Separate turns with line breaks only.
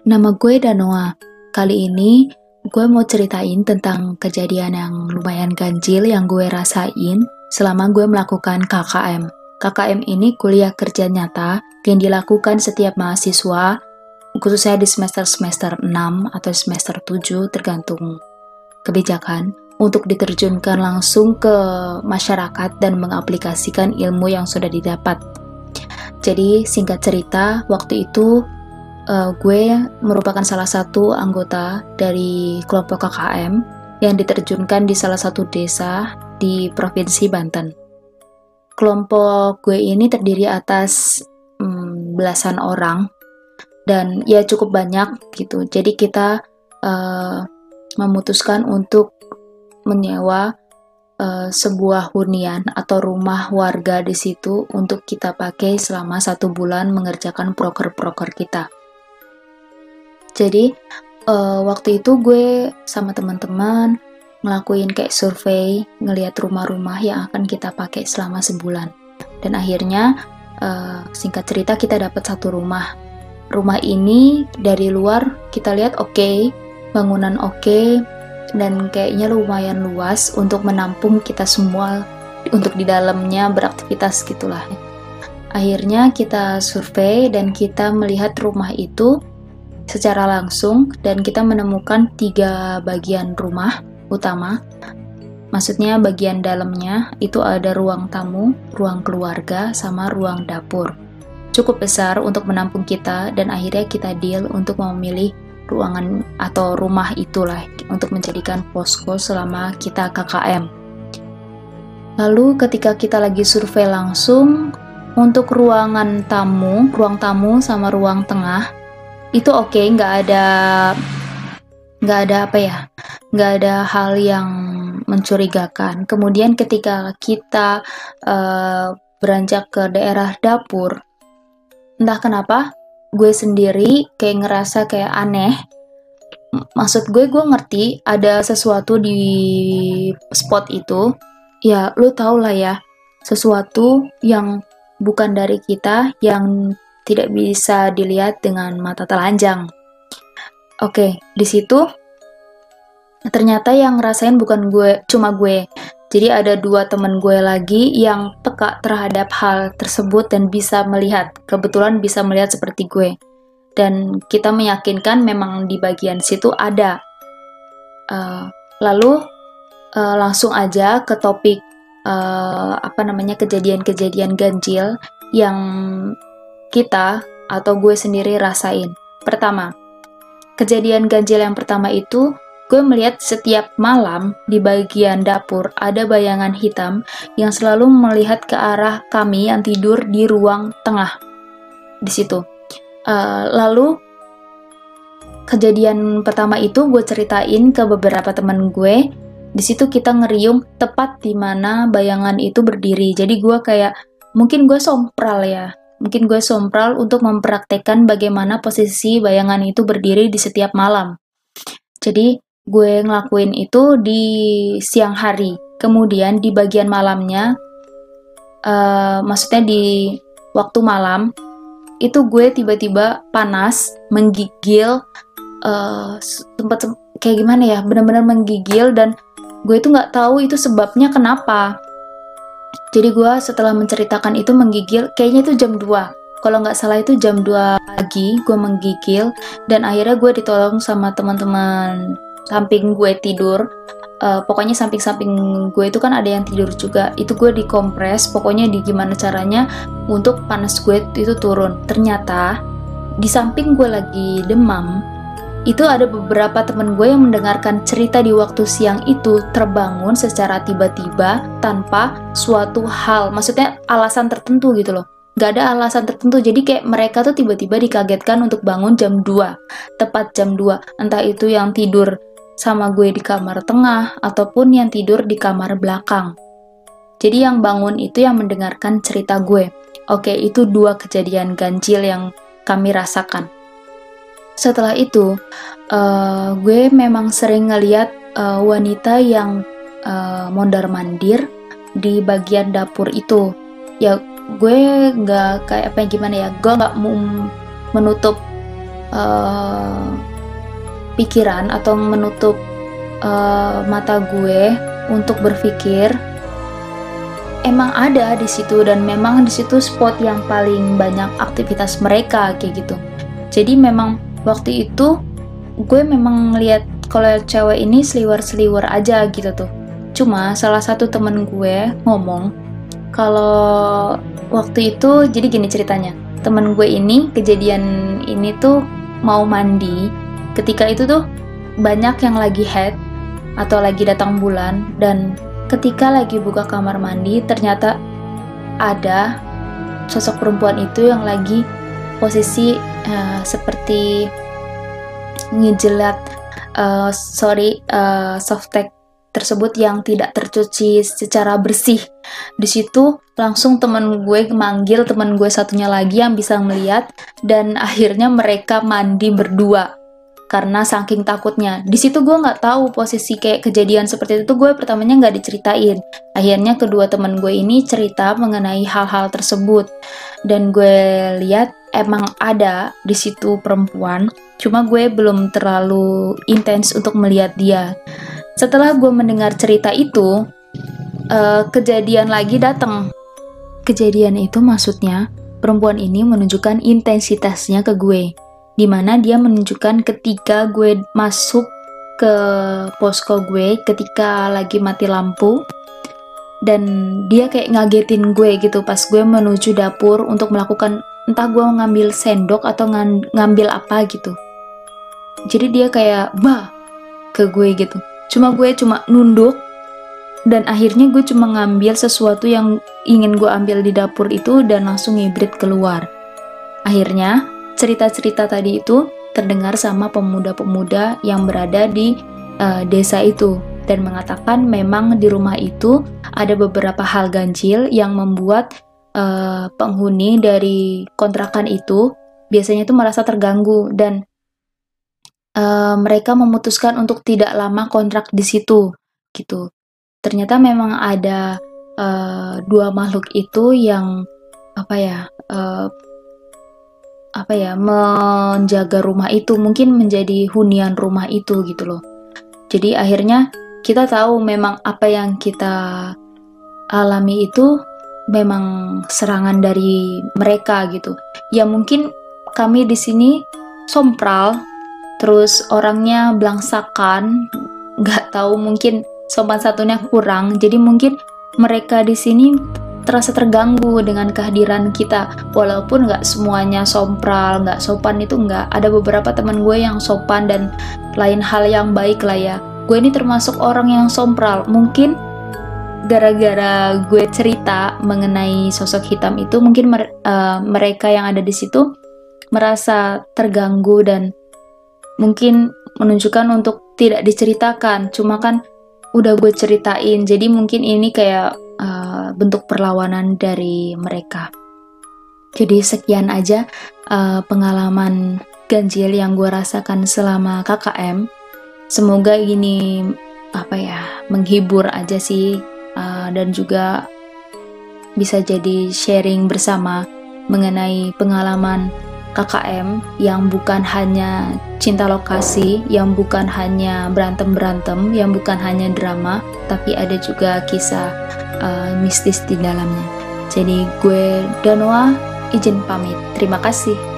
Nama gue Danoa. Kali ini gue mau ceritain tentang kejadian yang lumayan ganjil yang gue rasain selama gue melakukan KKM. KKM ini kuliah kerja nyata yang dilakukan setiap mahasiswa, khususnya di semester 6 atau semester 7 tergantung kebijakan, untuk diterjunkan langsung ke masyarakat dan mengaplikasikan ilmu yang sudah didapat. Jadi singkat cerita, waktu itu gue merupakan salah satu anggota dari kelompok KKM yang diterjunkan di salah satu desa di Provinsi Banten. Kelompok gue ini terdiri atas belasan orang dan ya cukup banyak gitu. Jadi kita memutuskan untuk menyewa sebuah hunian atau rumah warga di situ untuk kita pakai selama 1 bulan mengerjakan proker-proker kita. Jadi waktu itu gue sama teman-teman ngelakuin kayak survei, ngelihat rumah-rumah yang akan kita pakai selama sebulan. Dan akhirnya singkat cerita kita dapat 1 rumah. Rumah ini dari luar kita lihat oke, bangunan oke, dan kayaknya lumayan luas untuk menampung kita semua untuk di dalamnya beraktivitas gitulah. Akhirnya kita survei dan kita melihat rumah itu secara langsung dan kita menemukan 3 bagian rumah utama. Maksudnya bagian dalamnya itu ada ruang tamu, ruang keluarga, sama ruang dapur. Cukup besar untuk menampung kita dan akhirnya kita deal untuk memilih ruangan atau rumah itulah untuk menjadikan posko selama kita KKM. Lalu ketika kita lagi survei langsung untuk ruang tamu sama ruang tengah itu oke, nggak ada hal yang mencurigakan. Kemudian ketika kita beranjak ke daerah dapur, entah kenapa gue sendiri kayak ngerasa kayak aneh. Maksud gue ngerti ada sesuatu di spot itu. Ya lu tau lah ya, sesuatu yang bukan dari kita, yang tidak bisa dilihat dengan mata telanjang. Oke, di situ ternyata yang ngerasain bukan cuma gue. Jadi ada 2 teman gue lagi yang peka terhadap hal tersebut dan bisa melihat. Kebetulan bisa melihat seperti gue. Dan kita meyakinkan memang di bagian situ ada. Lalu langsung aja ke topik kejadian-kejadian ganjil yang kita atau gue sendiri rasain. Pertama, kejadian ganjil yang pertama itu gue melihat setiap malam di bagian dapur ada bayangan hitam yang selalu melihat ke arah kami yang tidur di ruang tengah di situ. Lalu kejadian pertama itu gue ceritain ke beberapa teman gue. Di situ kita ngeriung tepat di mana bayangan itu berdiri. Jadi gue kayak mungkin gue sompral untuk mempraktekkan bagaimana posisi bayangan itu berdiri di setiap malam. Jadi gue ngelakuin itu di siang hari. Kemudian di bagian malamnya, maksudnya di waktu malam, itu gue tiba-tiba panas, menggigil, kayak gimana ya, benar-benar menggigil dan gue itu nggak tahu itu sebabnya kenapa. Jadi gue setelah menceritakan itu menggigil, kayaknya itu jam 2. Kalau nggak salah itu jam 2 pagi gue menggigil dan akhirnya gue ditolong sama teman-teman samping gue tidur. Pokoknya samping-samping gue itu kan ada yang tidur juga. Itu gue dikompres, pokoknya di gimana caranya untuk panas gue itu turun. Ternyata di samping gue lagi demam, itu ada beberapa temen gue yang mendengarkan cerita di waktu siang itu terbangun secara tiba-tiba tanpa suatu hal, maksudnya alasan tertentu gitu loh. Gak ada alasan tertentu, jadi kayak mereka tuh tiba-tiba dikagetkan untuk bangun jam 2, tepat jam 2. Entah itu yang tidur sama gue di kamar tengah ataupun yang tidur di kamar belakang. Jadi yang bangun itu yang mendengarkan cerita gue. Oke, itu 2 kejadian ganjil yang kami rasakan. Setelah itu, gue memang sering ngeliat wanita yang mondar-mandir di bagian dapur itu. Ya, gue nggak kayak apa gimana ya, gue nggak menutup pikiran atau menutup mata gue untuk berpikir. Emang ada di situ, dan memang di situ spot yang paling banyak aktivitas mereka kayak gitu. Jadi memang waktu itu gue memang ngeliat kalau cewek ini seliwer-seliwer aja gitu tuh. Cuma salah satu temen gue ngomong kalau waktu itu, jadi gini ceritanya. Temen gue ini kejadian ini tuh mau mandi. Ketika itu tuh banyak yang lagi head atau lagi datang bulan, dan ketika lagi buka kamar mandi, ternyata ada sosok perempuan itu yang lagi posisi seperti ngejilat softtek tersebut yang tidak tercuci secara bersih. Di situ langsung teman gue manggil teman gue satunya lagi yang bisa melihat, dan akhirnya mereka mandi berdua. Karena saking takutnya, di situ gue nggak tahu posisi kayak kejadian seperti itu, gue pertamanya nggak diceritain. Akhirnya kedua teman gue ini cerita mengenai hal-hal tersebut, dan gue lihat emang ada di situ perempuan. Cuma gue belum terlalu intens untuk melihat dia. Setelah gue mendengar cerita itu, kejadian lagi datang. Kejadian itu maksudnya perempuan ini menunjukkan intensitasnya ke gue, dimana dia menunjukkan ketika gue masuk ke posko gue ketika lagi mati lampu, dan dia kayak ngagetin gue gitu pas gue menuju dapur untuk melakukan, entah gue ngambil sendok atau ngambil apa gitu. Jadi dia kayak bah ke gue gitu. Cuma gue cuma nunduk, dan akhirnya gue cuma ngambil sesuatu yang ingin gue ambil di dapur itu dan langsung ngibrit keluar. Akhirnya cerita-cerita tadi itu terdengar sama pemuda-pemuda yang berada di desa itu, dan mengatakan memang di rumah itu ada beberapa hal ganjil yang membuat penghuni dari kontrakan itu biasanya itu merasa terganggu, dan mereka memutuskan untuk tidak lama kontrak di situ gitu. Ternyata memang ada dua makhluk itu yang menjaga rumah itu, mungkin menjadi hunian rumah itu gitu loh. Jadi akhirnya kita tahu memang apa yang kita alami itu memang serangan dari mereka gitu. Ya mungkin kami di sini sompral, terus orangnya belangsakan, nggak tahu mungkin sopan satunya kurang. Jadi mungkin mereka di sini terasa terganggu dengan kehadiran kita, walaupun nggak semuanya sompral, nggak sopan itu nggak. Ada beberapa teman gue yang sopan dan lain hal yang baik lah ya. Gue ini termasuk orang yang sompral. Mungkin gara-gara gue cerita mengenai sosok hitam itu, mungkin mereka yang ada di situ merasa terganggu dan mungkin menunjukkan untuk tidak diceritakan. Cuma kan udah gue ceritain, jadi mungkin ini kayak bentuk perlawanan dari mereka. Jadi sekian aja pengalaman ganjil yang gue rasakan selama KKM. Semoga ini menghibur aja sih, dan juga bisa jadi sharing bersama mengenai pengalaman KKM yang bukan hanya cinta lokasi, yang bukan hanya berantem-berantem, yang bukan hanya drama, tapi ada juga kisah mistis di dalamnya. Jadi gue Danoa izin pamit. Terima kasih.